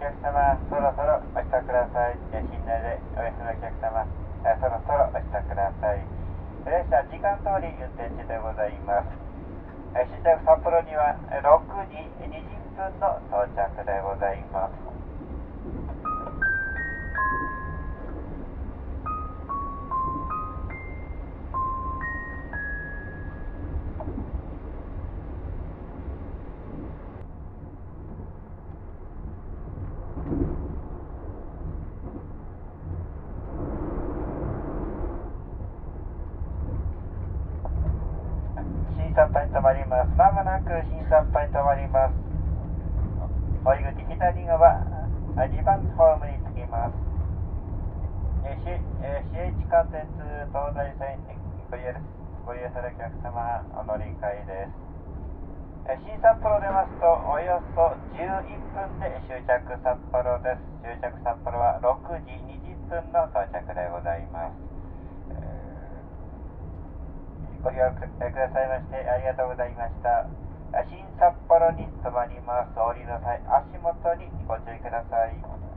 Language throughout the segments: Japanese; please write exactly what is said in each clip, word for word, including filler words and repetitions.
客様、そろそろお下ください。寝台でお休みのお客様、そろそろお下ください。列車時間通り運転中でございます。終着札幌にはろくじにじゅっぷんの到着でございます。新札幌に停まります。まもなく新札幌に停まります。お入り口左側、にばんホームに着きます。シーエイチ 関鉄東西線ご利用ご利用するお客様、お乗り換えです。新札幌出ますと、およそじゅういっぷんで終着札幌です。終着札幌はろくじにじゅっぷんの到着でございます。ご利用くださいましてありがとうございました。新札幌に停まります。お降りの際、足元にご注意ください。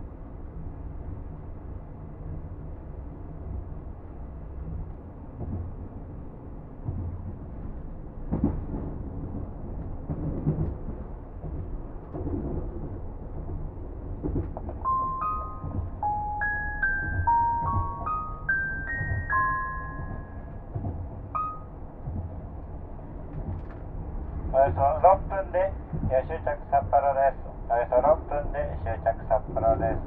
およそろっぷんで終着札幌です。およそろっぷんで終着札幌です。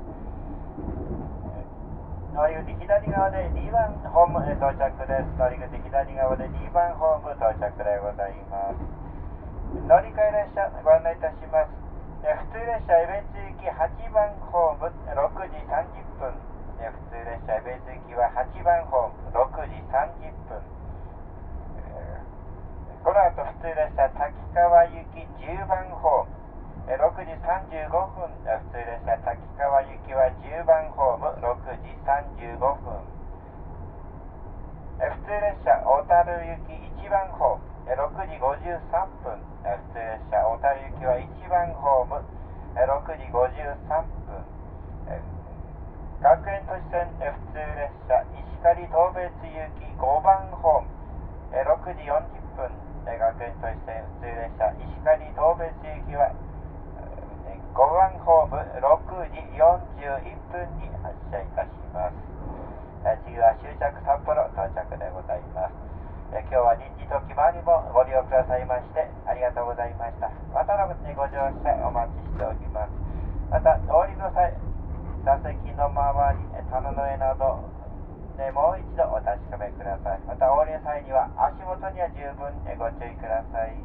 乗り口左側でにばんホームへ到着です。乗り口左側でにばんホーム到着でございます。乗り換え列車ご案内いたします。普通列車江別行きはちばんホームろくじさんじゅっぷん。普通列車江別行きははちばんホームろくじさんじゅっぷん。この後普通列車滝川行きじゅうばんホームろくじさんじゅうごふん。普通列車滝川行きはじゅうばんホームろくじさんじゅうごふん。普通列車小樽行きいちばんホームろくじごじゅうさんぷん。普通列車小樽行きはいちばんホームろくじごじゅうさんぷん。学園都市線普通列車石狩当別行きごばんホームろくじよんじゅっぷん。学園都市線普通列車石狩当別行きはごばんホームろくじよんじゅういっぷんに発車いたします。次は終着札幌到着でございます。今日は臨時と決まりもご利用くださいましてありがとうございました。またのご乗車お待ちしております。またお降りの際、座席の周り、棚の上などでもう一度お確かめください。またお降りの際には足元には十分ご注意ください。